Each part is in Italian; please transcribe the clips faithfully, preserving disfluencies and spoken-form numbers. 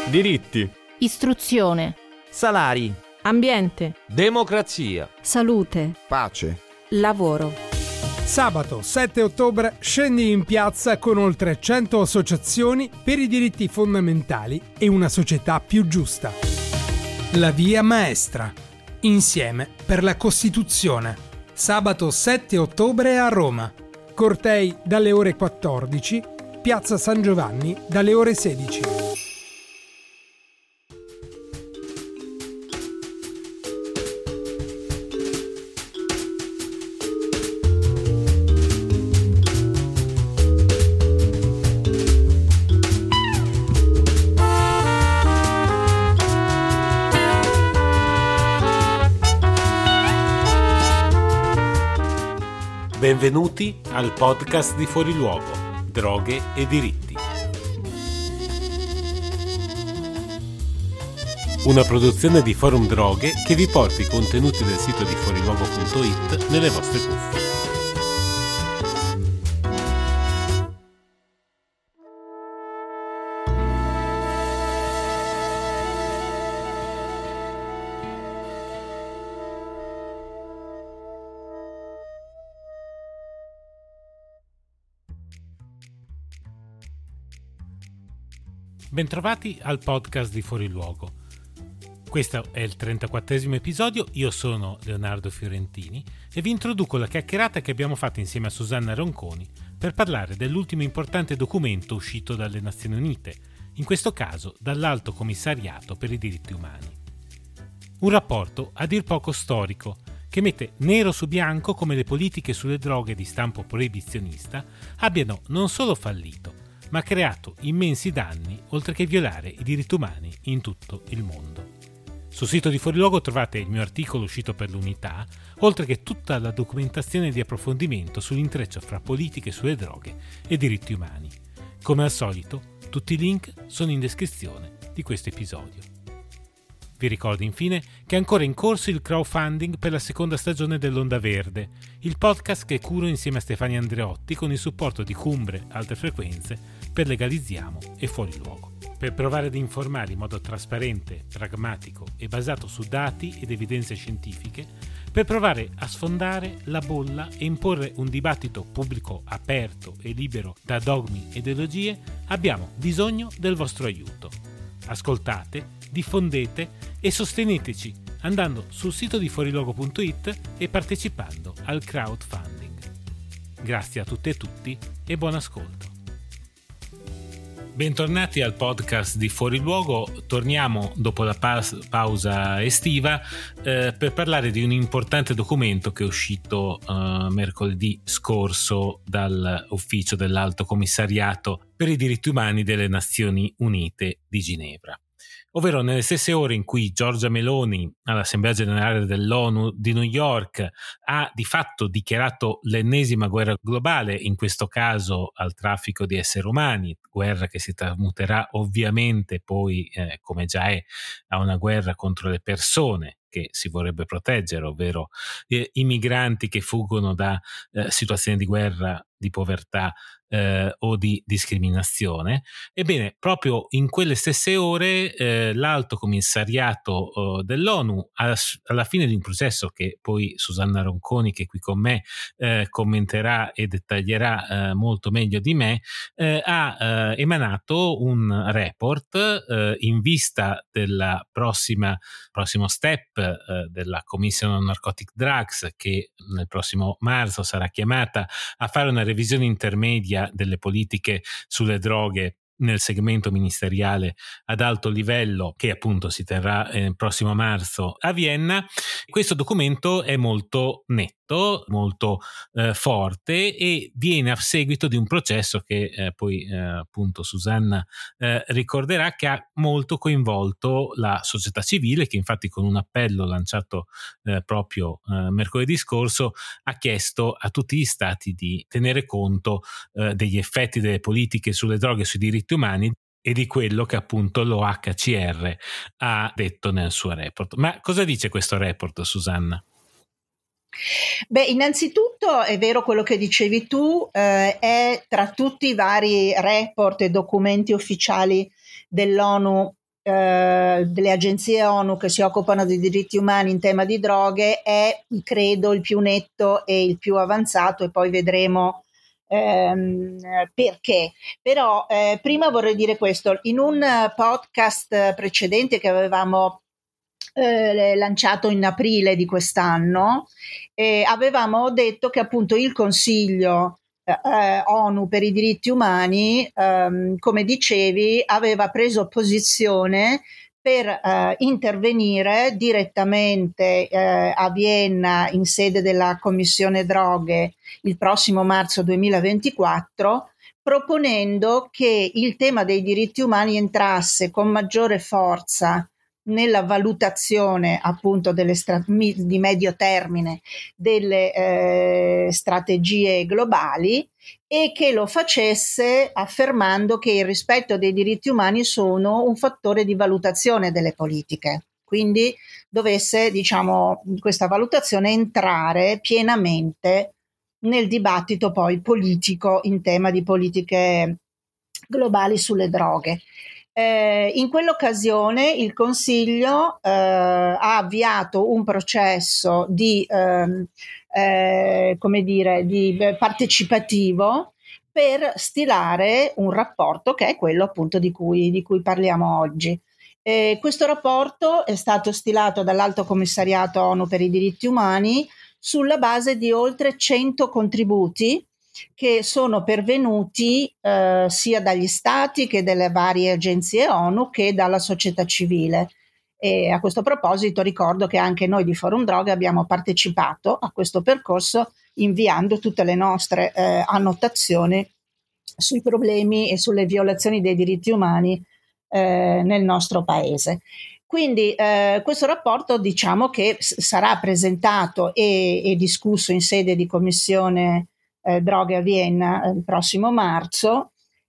Diritti, istruzione, salari, ambiente, democrazia, salute, pace, lavoro. Sabato sette ottobre scendi in piazza con oltre cento associazioni per i diritti fondamentali e una società più giusta. La Via Maestra. Insieme per la Costituzione. Sabato sette ottobre a Roma. Cortei dalle ore quattordici, Piazza San Giovanni dalle ore sedici. Benvenuti al podcast di Fuori Luogo, Droghe e Diritti. Una produzione di Forum Droghe che vi porta i contenuti del sito di fuoriluogo punto it nelle vostre cuffie. Bentrovati al podcast di Fuori Luogo. Questo è il trentaquattresimo episodio, io sono Leonardo Fiorentini e vi introduco la chiacchierata che abbiamo fatto insieme a Susanna Ronconi per parlare dell'ultimo importante documento uscito dalle Nazioni Unite, in questo caso dall'Alto Commissariato per i diritti umani. Un rapporto a dir poco storico che mette nero su bianco come le politiche sulle droghe di stampo proibizionista abbiano non solo fallito, ma ha creato immensi danni oltre che violare i diritti umani in tutto il mondo. Sul sito di Fuori Luogo trovate il mio articolo uscito per l'Unità, oltre che tutta la documentazione di approfondimento sull'intreccio fra politiche sulle droghe e diritti umani. Come al solito, tutti i link sono in descrizione di questo episodio. Vi ricordo infine che è ancora in corso il crowdfunding per la seconda stagione dell'Onda Verde, il podcast che curo insieme a Stefania Andreotti con il supporto di Cumbre Alte Frequenze per Legalizziamo e Fuori Luogo. Per provare ad informare in modo trasparente, pragmatico e basato su dati ed evidenze scientifiche, per provare a sfondare la bolla e imporre un dibattito pubblico aperto e libero da dogmi e ideologie, abbiamo bisogno del vostro aiuto. Ascoltate, diffondete e sosteneteci andando sul sito di fuoriluogo punto it e partecipando al crowdfunding. Grazie a tutte e tutti e buon ascolto. Bentornati al podcast di Fuori Luogo. Torniamo dopo la pa- pausa estiva eh, per parlare di un importante documento che è uscito eh, mercoledì scorso dall'ufficio dell'Alto Commissariato per i diritti umani delle Nazioni Unite di Ginevra. Ovvero nelle stesse ore in cui Giorgia Meloni all'Assemblea Generale dell'ONU di New York ha di fatto dichiarato l'ennesima guerra globale, in questo caso al traffico di esseri umani, guerra che si tramuterà ovviamente poi, eh, come già è, a una guerra contro le persone che si vorrebbe proteggere, ovvero eh, i migranti che fuggono da eh, situazioni di guerra, di povertà eh, o di discriminazione. Ebbene, proprio in quelle stesse ore eh, l'Alto Commissariato eh, dell'ONU, alla, alla fine di un processo che poi Susanna Ronconi, che è qui con me, eh, commenterà e dettaglierà eh, molto meglio di me, eh, ha eh, emanato un report eh, in vista della prossima prossimo step eh, della Commission on Narcotic Drugs, che nel prossimo marzo sarà chiamata a fare una revisione intermedia delle politiche sulle droghe nel segmento ministeriale ad alto livello, che appunto si terrà il eh, prossimo marzo a Vienna. Questo documento è molto netto, molto eh, forte e viene a seguito di un processo che eh, poi eh, appunto Susanna eh, ricorderà, che ha molto coinvolto la società civile, che infatti con un appello lanciato eh, proprio eh, mercoledì scorso ha chiesto a tutti gli stati di tenere conto eh, degli effetti delle politiche sulle droghe e sui diritti umani e di quello che appunto l'O H C R ha detto nel suo report. Ma cosa dice questo report, Susanna? Beh, innanzitutto è vero quello che dicevi tu, eh, è tra tutti i vari report e documenti ufficiali dell'ONU eh, delle agenzie ONU che si occupano di diritti umani in tema di droghe è, credo, il più netto e il più avanzato, e poi vedremo ehm, perché. Però eh, prima vorrei dire questo: in un podcast precedente che avevamo Eh, lanciato in aprile di quest'anno, eh, avevamo detto che appunto il Consiglio eh, ONU per i diritti umani, ehm, come dicevi, aveva preso posizione per eh, intervenire direttamente eh, a Vienna in sede della Commissione Droghe il prossimo marzo duemilaventiquattro, proponendo che il tema dei diritti umani entrasse con maggiore forza nella valutazione appunto delle stra- di medio termine delle eh, strategie globali, e che lo facesse affermando che il rispetto dei diritti umani sono un fattore di valutazione delle politiche. Quindi dovesse, diciamo, questa valutazione entrare pienamente nel dibattito poi politico in tema di politiche globali sulle droghe. Eh, in quell'occasione il Consiglio eh, ha avviato un processo di, ehm, eh, come dire, di partecipativo per stilare un rapporto che è quello appunto di cui, di cui parliamo oggi. Eh, questo rapporto è stato stilato dall'Alto Commissariato ONU per i diritti umani sulla base di oltre cento contributi che sono pervenuti eh, sia dagli stati che dalle varie agenzie ONU che dalla società civile. E a questo proposito ricordo che anche noi di Forum Droghe abbiamo partecipato a questo percorso inviando tutte le nostre eh, annotazioni sui problemi e sulle violazioni dei diritti umani eh, nel nostro paese. Quindi eh, questo rapporto, diciamo che s- sarà presentato e, e discusso in sede di commissione Eh, droghe a Vienna il prossimo marzo,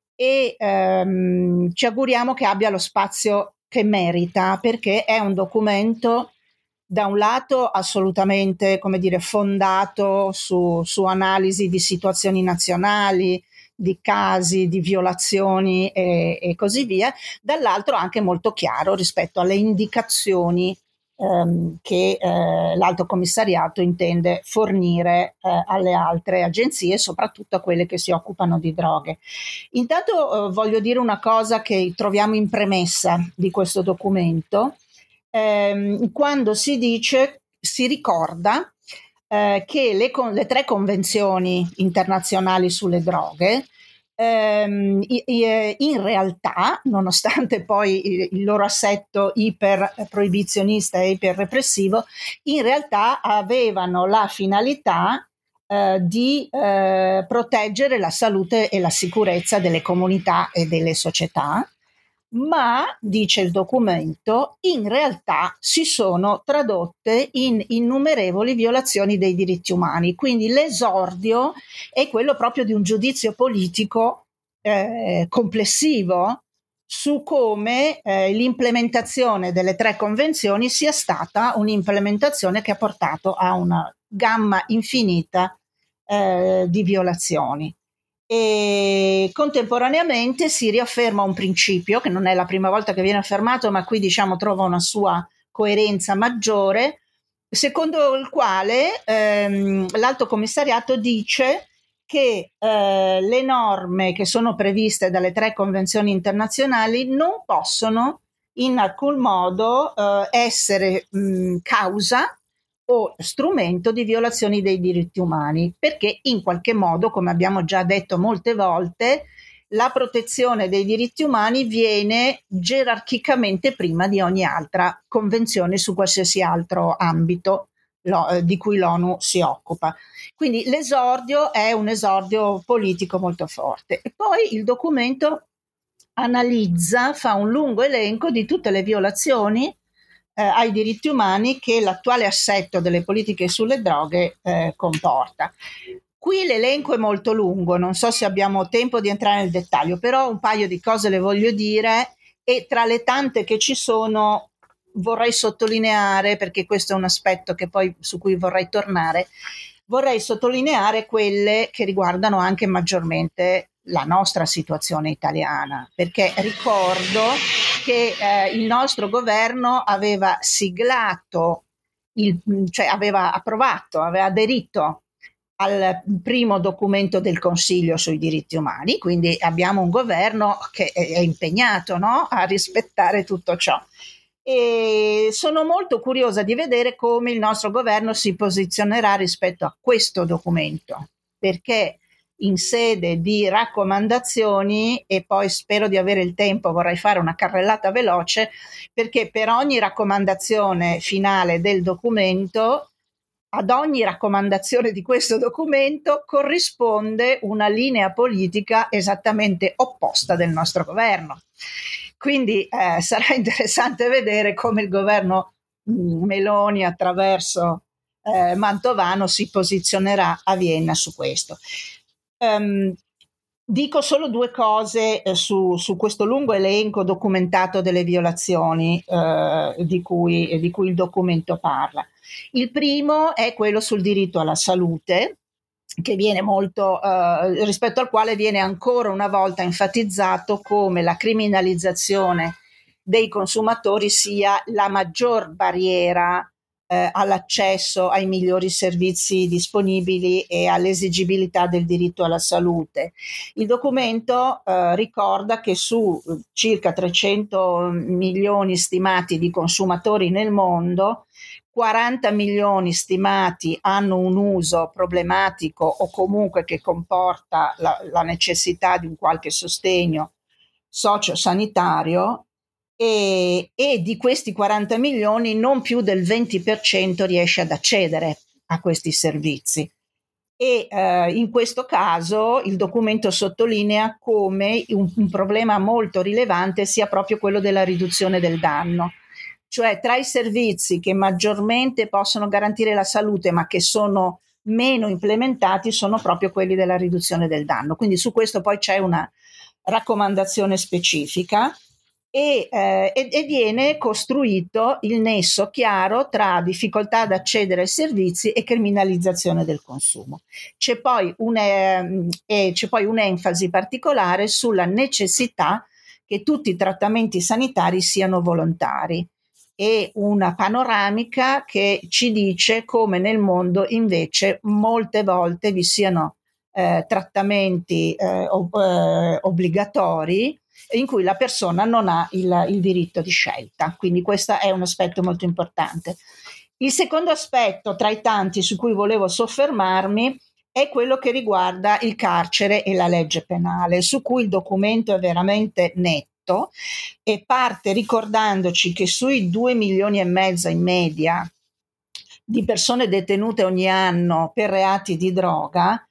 e ehm, ci auguriamo che abbia lo spazio che merita, perché è un documento da un lato assolutamente, come dire, fondato su, su analisi di situazioni nazionali, di casi, di violazioni e, e così via, dall'altro anche molto chiaro rispetto alle indicazioni ehm, che eh, l'Alto Commissariato intende fornire eh, alle altre agenzie, soprattutto a quelle che si occupano di droghe. Intanto eh, voglio dire una cosa che troviamo in premessa di questo documento, ehm, quando si dice, si ricorda eh, che le, con, le tre convenzioni internazionali sulle droghe ehm, in realtà, nonostante poi il, il loro assetto iper proibizionista e iper repressivo, in realtà avevano la finalità eh, di eh, proteggere la salute e la sicurezza delle comunità e delle società. Ma, dice il documento, in realtà si sono tradotte in innumerevoli violazioni dei diritti umani. Quindi l'esordio è quello proprio di un giudizio politico eh, complessivo su come eh, l'implementazione delle tre convenzioni sia stata un'implementazione che ha portato a una gamma infinita eh, di violazioni. E contemporaneamente si riafferma un principio che non è la prima volta che viene affermato, ma qui diciamo trova una sua coerenza maggiore, secondo il quale ehm, l'Alto Commissariato dice che eh, le norme che sono previste dalle tre convenzioni internazionali non possono in alcun modo eh, essere mh, causa o strumento di violazioni dei diritti umani, perché in qualche modo, come abbiamo già detto molte volte, la protezione dei diritti umani viene gerarchicamente prima di ogni altra convenzione su qualsiasi altro ambito lo, eh, di cui l'ONU si occupa. Quindi l'esordio è un esordio politico molto forte. E poi il documento analizza, fa un lungo elenco di tutte le violazioni Eh, ai diritti umani che l'attuale assetto delle politiche sulle droghe eh, comporta. Qui l'elenco è molto lungo, non so se abbiamo tempo di entrare nel dettaglio, però un paio di cose le voglio dire, e tra le tante che ci sono vorrei sottolineare, perché questo è un aspetto che poi su cui vorrei tornare, vorrei sottolineare quelle che riguardano anche maggiormente la nostra situazione italiana, perché ricordo che eh, il nostro governo aveva siglato, il, cioè aveva approvato, aveva aderito al primo documento del Consiglio sui diritti umani, quindi abbiamo un governo che è impegnato, no, a rispettare tutto ciò. E sono molto curiosa di vedere come il nostro governo si posizionerà rispetto a questo documento, perché in sede di raccomandazioni, e poi spero di avere il tempo, vorrei fare una carrellata veloce, perché per ogni raccomandazione finale del documento, ad ogni raccomandazione di questo documento corrisponde una linea politica esattamente opposta del nostro governo. Quindi eh, sarà interessante vedere come il governo mh, Meloni attraverso eh, Mantovano si posizionerà a Vienna su questo. Um, dico solo due cose eh, su, su questo lungo elenco documentato delle violazioni eh, di cui, di cui il documento parla. Il primo è quello sul diritto alla salute, che viene molto, eh, rispetto al quale viene ancora una volta enfatizzato come la criminalizzazione dei consumatori sia la maggior barriera eh, all'accesso ai migliori servizi disponibili e all'esigibilità del diritto alla salute. Il documento eh, ricorda che su circa trecento milioni stimati di consumatori nel mondo, quaranta milioni stimati hanno un uso problematico o comunque che comporta la, la necessità di un qualche sostegno sociosanitario e, e di questi quaranta milioni non più del venti per cento riesce ad accedere a questi servizi. E eh, in questo caso il documento sottolinea come un, un problema molto rilevante sia proprio quello della riduzione del danno. Cioè tra i servizi che maggiormente possono garantire la salute ma che sono meno implementati sono proprio quelli della riduzione del danno. Quindi su questo poi c'è una raccomandazione specifica e, eh, e, e viene costruito il nesso chiaro tra difficoltà ad accedere ai servizi e criminalizzazione del consumo. C'è poi, un, eh, e c'è poi un'enfasi particolare sulla necessità che tutti i trattamenti sanitari siano volontari, e una panoramica che ci dice come nel mondo invece molte volte vi siano eh, trattamenti eh, ob- eh, obbligatori in cui la persona non ha il, il diritto di scelta. Quindi questo è un aspetto molto importante. Il secondo aspetto tra i tanti su cui volevo soffermarmi è quello che riguarda il carcere e la legge penale, su cui il documento è veramente netto e parte ricordandoci che sui due milioni e mezzo in media di persone detenute ogni anno per reati di droga,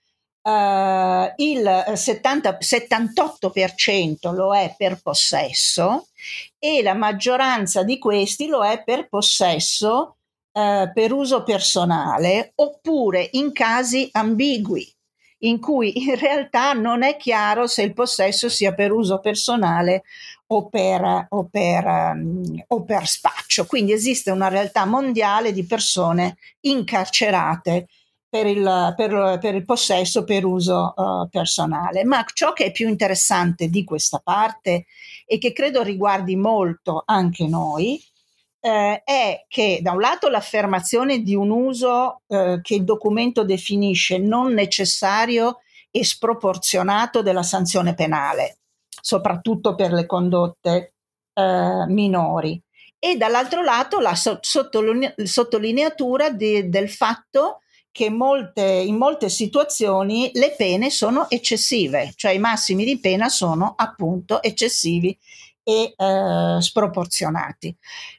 eh, il settanta, settantotto per cento lo è per possesso e la maggioranza di questi lo è per possesso eh, per uso personale oppure in casi ambigui, in cui in realtà non è chiaro se il possesso sia per uso personale o per, o per, um, o per spaccio. Quindi esiste una realtà mondiale di persone incarcerate per il, per, per il possesso per uso uh, personale. Ma ciò che è più interessante di questa parte e che credo riguardi molto anche noi, Eh, è che da un lato l'affermazione di un uso eh, che il documento definisce non necessario e sproporzionato della sanzione penale, soprattutto per le condotte eh, minori, e dall'altro lato la so- sottoline- sottolineatura di, del fatto che molte, in molte situazioni le pene sono eccessive, cioè i massimi di pena sono appunto eccessivi e eh, sproporzionati.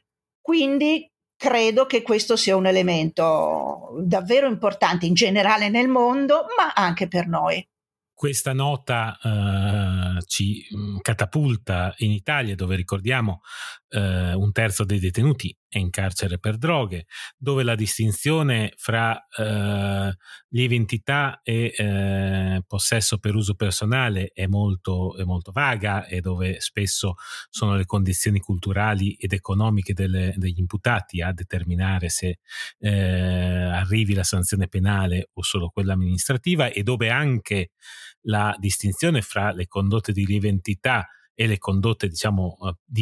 Quindi credo che questo sia un elemento davvero importante in generale nel mondo, ma anche per noi. Questa nota uh, ci catapulta in Italia, dove ricordiamo uh, un terzo dei detenuti è in carcere per droghe, dove la distinzione fra uh, lieve entità e uh, possesso per uso personale è molto, è molto vaga e dove spesso sono le condizioni culturali ed economiche delle, degli imputati a determinare se uh, arrivi la sanzione penale o solo quella amministrativa, e dove anche la distinzione fra le condotte di lieve entità e le condotte, diciamo, di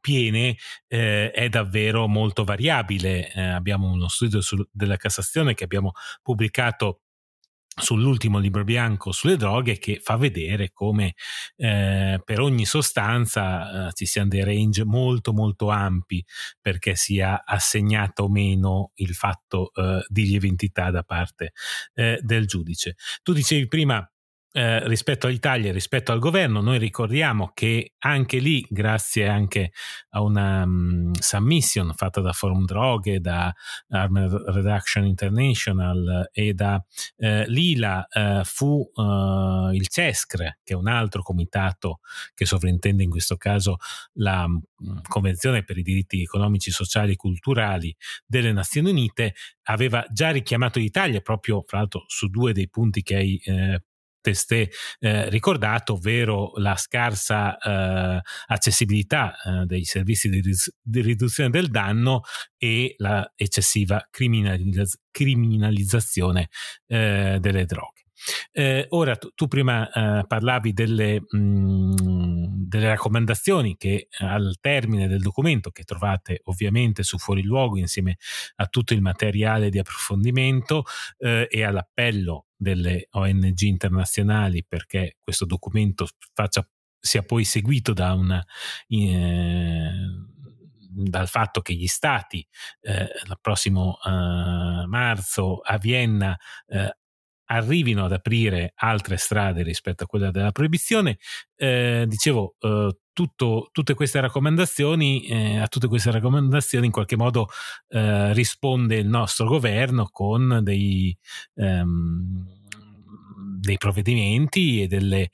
piene eh, è davvero molto variabile. Eh, abbiamo uno studio sul, della Cassazione che abbiamo pubblicato sull'ultimo libro bianco sulle droghe, che fa vedere come eh, per ogni sostanza eh, ci siano dei range molto molto ampi perché sia assegnato o meno il fatto eh, di lieve entità da parte eh, del giudice. Tu dicevi prima Eh, rispetto all'Italia, rispetto al governo, noi ricordiamo che anche lì, grazie anche a una um, submission fatta da Forum Droghe, da Harm Reduction International e da eh, l'I L A, eh, fu eh, il CESCRE, che è un altro comitato che sovrintende in questo caso la um, Convenzione per i diritti economici, sociali e culturali delle Nazioni Unite, aveva già richiamato l'Italia proprio, fra l'altro, su due dei punti che hai eh, testé eh, ricordato, ovvero la scarsa eh, accessibilità eh, dei servizi di, ris- di riduzione del danno e la eccessiva criminalizz- criminalizzazione eh, delle droghe. Eh, ora tu, tu prima eh, parlavi delle, mh, delle raccomandazioni che al termine del documento, che trovate ovviamente su Fuori Luogo insieme a tutto il materiale di approfondimento eh, e all'appello delle O N G internazionali perché questo documento faccia, sia poi seguito da una eh, dal fatto che gli stati eh, il prossimo eh, marzo a Vienna eh, arrivino ad aprire altre strade rispetto a quella della proibizione. Eh, dicevo, eh, tutto, tutte queste raccomandazioni, eh, a tutte queste raccomandazioni in qualche modo eh, risponde il nostro governo con dei, ehm, dei provvedimenti e delle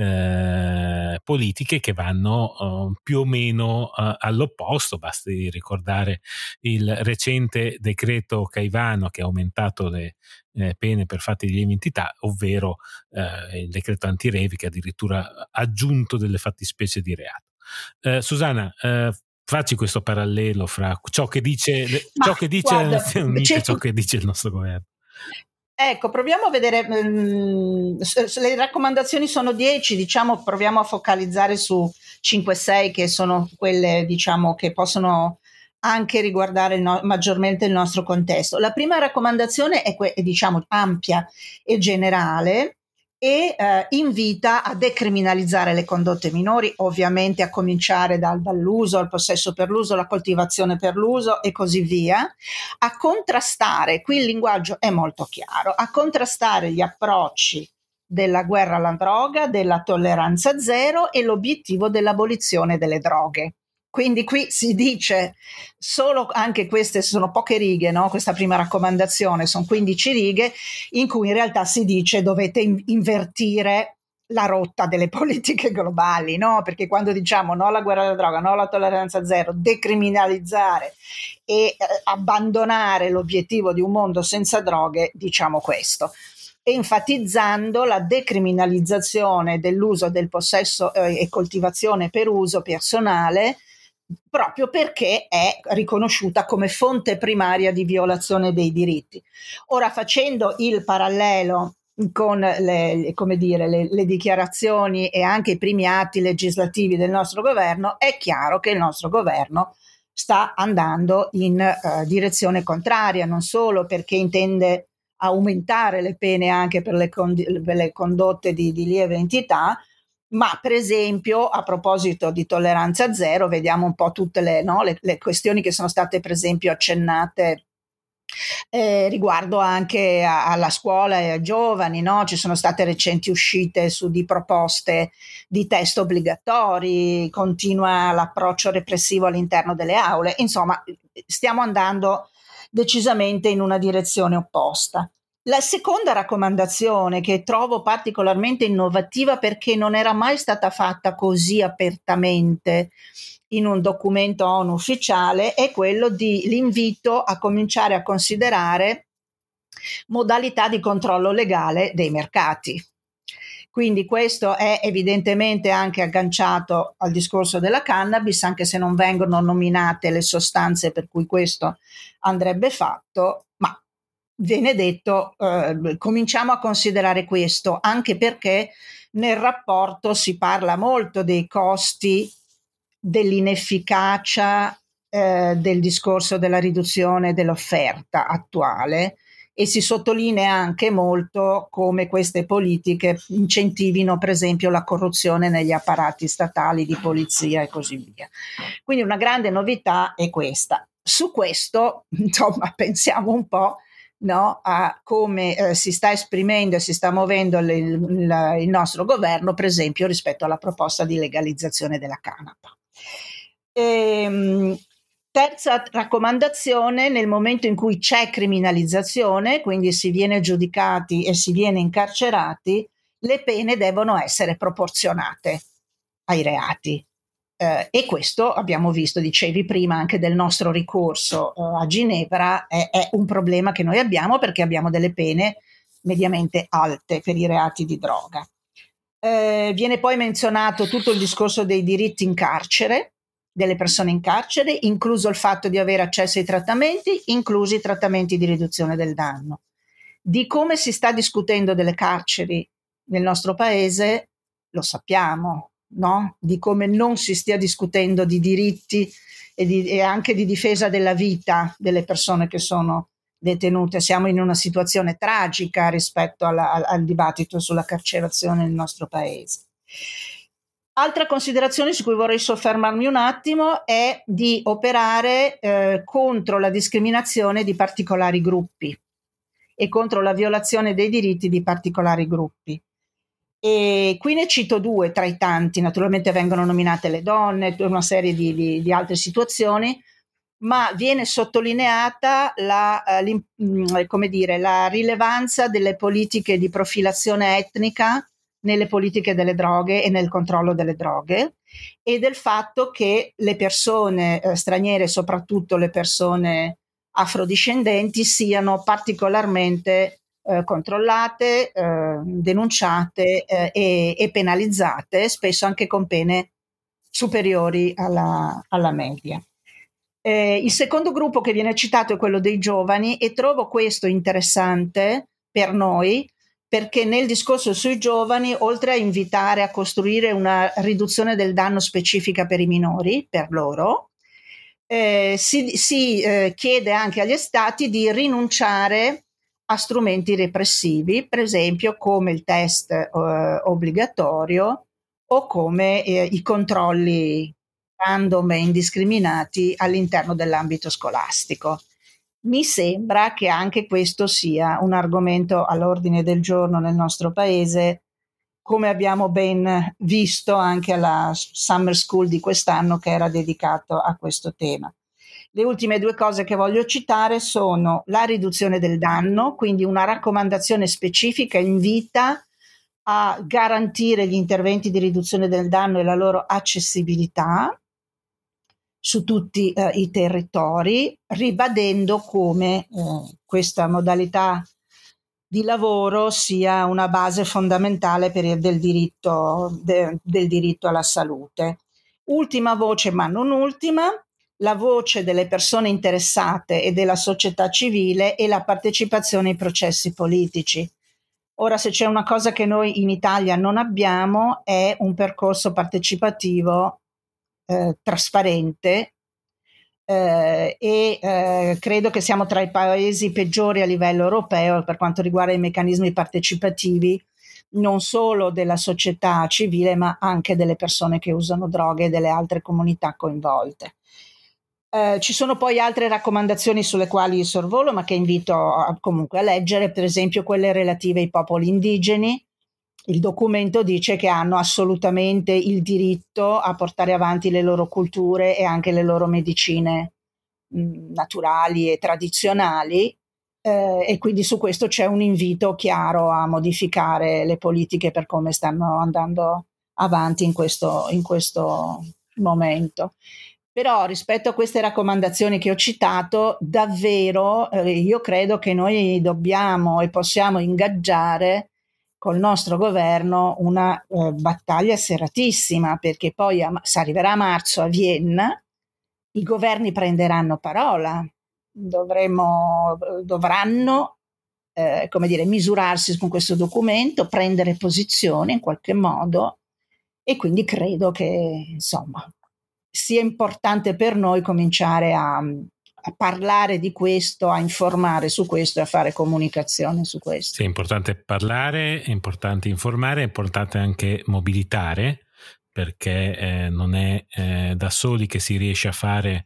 eh, politiche che vanno eh, più o meno eh, all'opposto. Basti ricordare il recente decreto Caivano che ha aumentato le eh, pene per fatti di lieve entità, ovvero eh, il decreto antirevi che addirittura ha aggiunto delle fattispecie di reato. Eh, Susanna, eh, facci questo parallelo fra ciò che dice, ciò che dice guarda, le Nazioni Unite c'è... e ciò che dice il nostro governo. Ecco, proviamo a vedere, mh, le raccomandazioni sono dieci, diciamo, proviamo a focalizzare su cinque sei che sono quelle, diciamo, che possono anche riguardare il no- maggiormente il nostro contesto. La prima raccomandazione è, que- è diciamo, ampia e generale e eh, invita a decriminalizzare le condotte minori, ovviamente a cominciare dal, dall'uso, al possesso per l'uso, la coltivazione per l'uso e così via, a contrastare, qui il linguaggio è molto chiaro, a contrastare gli approcci della guerra alla droga, della tolleranza zero e l'obiettivo dell'abolizione delle droghe. Quindi qui si dice solo, anche queste sono poche righe, no? Questa prima raccomandazione sono quindici righe in cui in realtà si dice dovete in- invertire la rotta delle politiche globali, no? Perché quando diciamo no alla guerra alla droga, no alla tolleranza zero, decriminalizzare e eh, abbandonare l'obiettivo di un mondo senza droghe, diciamo questo, enfatizzando la decriminalizzazione dell'uso, del possesso eh, e coltivazione per uso personale, proprio perché è riconosciuta come fonte primaria di violazione dei diritti. Ora, facendo il parallelo con le, come dire, le, le dichiarazioni e anche i primi atti legislativi del nostro governo, è chiaro che il nostro governo sta andando in uh, direzione contraria, non solo perché intende aumentare le pene anche per le, condi- per le condotte di, di lieve entità, ma per esempio a proposito di tolleranza zero vediamo un po' tutte le, no, le, le questioni che sono state per esempio accennate eh, riguardo anche a, alla scuola e ai giovani, no? Ci sono state recenti uscite su di proposte di test obbligatori, continua l'approccio repressivo all'interno delle aule, insomma stiamo andando decisamente in una direzione opposta. La seconda raccomandazione, che trovo particolarmente innovativa perché non era mai stata fatta così apertamente in un documento ONU ufficiale, è quello di l'invito a cominciare a considerare modalità di controllo legale dei mercati. Quindi questo è evidentemente anche agganciato al discorso della cannabis, anche se non vengono nominate le sostanze per cui questo andrebbe fatto, ma viene detto eh, cominciamo a considerare questo, anche perché nel rapporto si parla molto dei costi dell'inefficacia eh, del discorso della riduzione dell'offerta attuale, e si sottolinea anche molto come queste politiche incentivino per esempio la corruzione negli apparati statali di polizia e così via. Quindi una grande novità è questa. Su questo, insomma, pensiamo un po', no, a come eh, si sta esprimendo e si sta muovendo il, il, il nostro governo, per esempio, rispetto alla proposta di legalizzazione della canapa. Ehm, Terza raccomandazione: nel momento in cui c'è criminalizzazione, quindi si viene giudicati e si viene incarcerati, le pene devono essere proporzionate ai reati. Eh, e questo abbiamo visto, dicevi prima, anche del nostro ricorso eh, a Ginevra, è, è un problema che noi abbiamo, perché abbiamo delle pene mediamente alte per i reati di droga. Eh, viene poi menzionato tutto il discorso dei diritti in carcere, delle persone in carcere, incluso il fatto di avere accesso ai trattamenti, inclusi i trattamenti di riduzione del danno. Di come si sta discutendo delle carceri nel nostro paese lo sappiamo, no? Di come non si stia discutendo di diritti e, di, e anche di difesa della vita delle persone che sono detenute. Siamo in una situazione tragica rispetto alla, al, al dibattito sulla carcerazione nel nostro paese. Altra considerazione su cui vorrei soffermarmi un attimo è di operare eh, contro la discriminazione di particolari gruppi e contro la violazione dei diritti di particolari gruppi. E qui ne cito due tra i tanti. Naturalmente vengono nominate le donne, una serie di, di, di altre situazioni, ma viene sottolineata la, eh, come dire, la rilevanza delle politiche di profilazione etnica nelle politiche delle droghe e nel controllo delle droghe, e del fatto che le persone eh, straniere, soprattutto le persone afrodiscendenti, siano particolarmente eh, controllate, eh, denunciate eh, e, e penalizzate, spesso anche con pene superiori alla, alla media. Eh, il secondo gruppo che viene citato è quello dei giovani, e trovo questo interessante per noi, perché nel discorso sui giovani, oltre a invitare a costruire una riduzione del danno specifica per i minori, per loro, eh, si, si eh, chiede anche agli stati di rinunciare a strumenti repressivi, per esempio come il test eh, obbligatorio o come eh, i controlli random e indiscriminati all'interno dell'ambito scolastico. Mi sembra che anche questo sia un argomento all'ordine del giorno nel nostro paese, come abbiamo ben visto anche alla Summer School di quest'anno, che era dedicato a questo tema. Le ultime due cose che voglio citare sono la riduzione del danno, quindi una raccomandazione specifica invita a garantire gli interventi di riduzione del danno e la loro accessibilità su tutti eh, i territori, ribadendo come eh, questa modalità di lavoro sia una base fondamentale per il, del, diritto, de, del diritto alla salute. Ultima voce, ma non ultima, la voce delle persone interessate e della società civile e la partecipazione ai processi politici. Ora, se c'è una cosa che noi in Italia non abbiamo, è un percorso partecipativo Eh, trasparente eh, e eh, credo che siamo tra i paesi peggiori a livello europeo per quanto riguarda i meccanismi partecipativi, non solo della società civile ma anche delle persone che usano droghe e delle altre comunità coinvolte. Eh, ci sono poi altre raccomandazioni sulle quali sorvolo, ma che invito a, comunque a leggere, per esempio quelle relative ai popoli indigeni. Il documento dice che hanno assolutamente il diritto a portare avanti le loro culture e anche le loro medicine mh, naturali e tradizionali, eh, e quindi su questo c'è un invito chiaro a modificare le politiche per come stanno andando avanti in questo, in questo momento. Però rispetto a queste raccomandazioni che ho citato, davvero eh, io credo che noi dobbiamo e possiamo ingaggiare col nostro governo una eh, battaglia serratissima, perché poi a, se arriverà a marzo a Vienna i governi prenderanno parola, dovremo, dovranno eh, come dire, misurarsi con questo documento, prendere posizione in qualche modo, e quindi credo che insomma sia importante per noi cominciare a, a parlare di questo, a informare su questo e a fare comunicazione su questo. Sì, è importante parlare, è importante informare, è importante anche mobilitare, perché eh, non è eh, da soli che si riesce a fare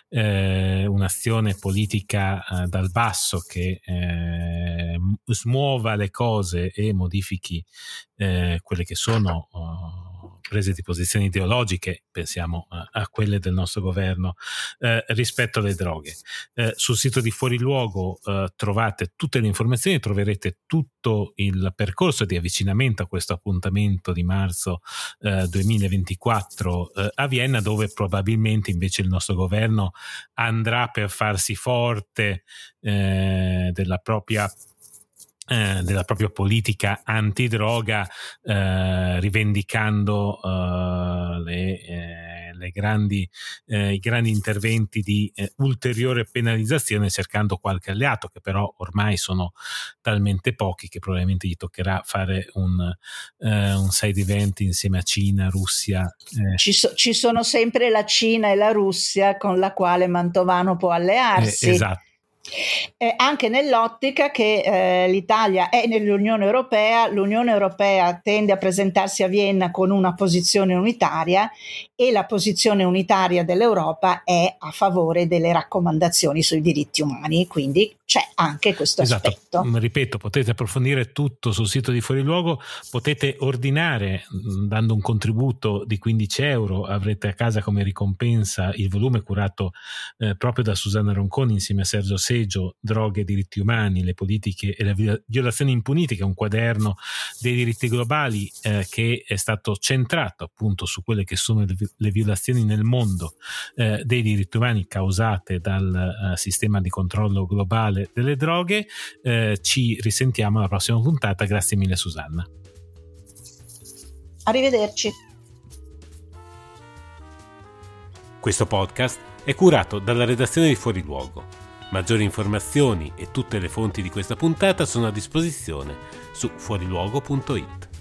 eh, un'azione politica eh, dal basso che eh, smuova le cose e modifichi eh, quelle che sono uh, prese di posizioni ideologiche, pensiamo a, a quelle del nostro governo eh, rispetto alle droghe. Eh, sul sito di Fuori Luogo eh, trovate tutte le informazioni, troverete tutto il percorso di avvicinamento a questo appuntamento di marzo eh, duemilaventiquattro eh, a Vienna, dove probabilmente invece il nostro governo andrà per farsi forte eh, della propria Eh, della propria politica antidroga, eh, rivendicando eh, le, eh, le grandi, eh, i grandi interventi di eh, ulteriore penalizzazione, cercando qualche alleato, che però ormai sono talmente pochi che probabilmente gli toccherà fare un, eh, un side event insieme a Cina, Russia. Eh. Ci, so, ci sono sempre la Cina e la Russia con la quale Mantovano può allearsi. Eh, esatto. Eh, anche nell'ottica che eh, l'Italia è nell'Unione Europea, l'Unione Europea tende a presentarsi a Vienna con una posizione unitaria e la posizione unitaria dell'Europa è a favore delle raccomandazioni sui diritti umani, quindi c'è anche questo esatto. aspetto. Ripeto, potete approfondire tutto sul sito di Fuori Luogo, potete ordinare dando un contributo di quindici euro, avrete a casa come ricompensa il volume curato eh, proprio da Susanna Ronconi insieme a Sergio Seggio, Droghe, diritti umani, le politiche e le violazioni impunite, che è un quaderno dei diritti globali eh, che è stato centrato appunto su quelle che sono le, le violazioni nel mondo eh, dei diritti umani causate dal uh, sistema di controllo globale delle droghe. Eh, ci risentiamo alla prossima puntata. Grazie mille Susanna. Arrivederci. Questo podcast è curato dalla redazione di Fuori Luogo. Maggiori informazioni e tutte le fonti di questa puntata sono a disposizione su fuoriluogo punto it.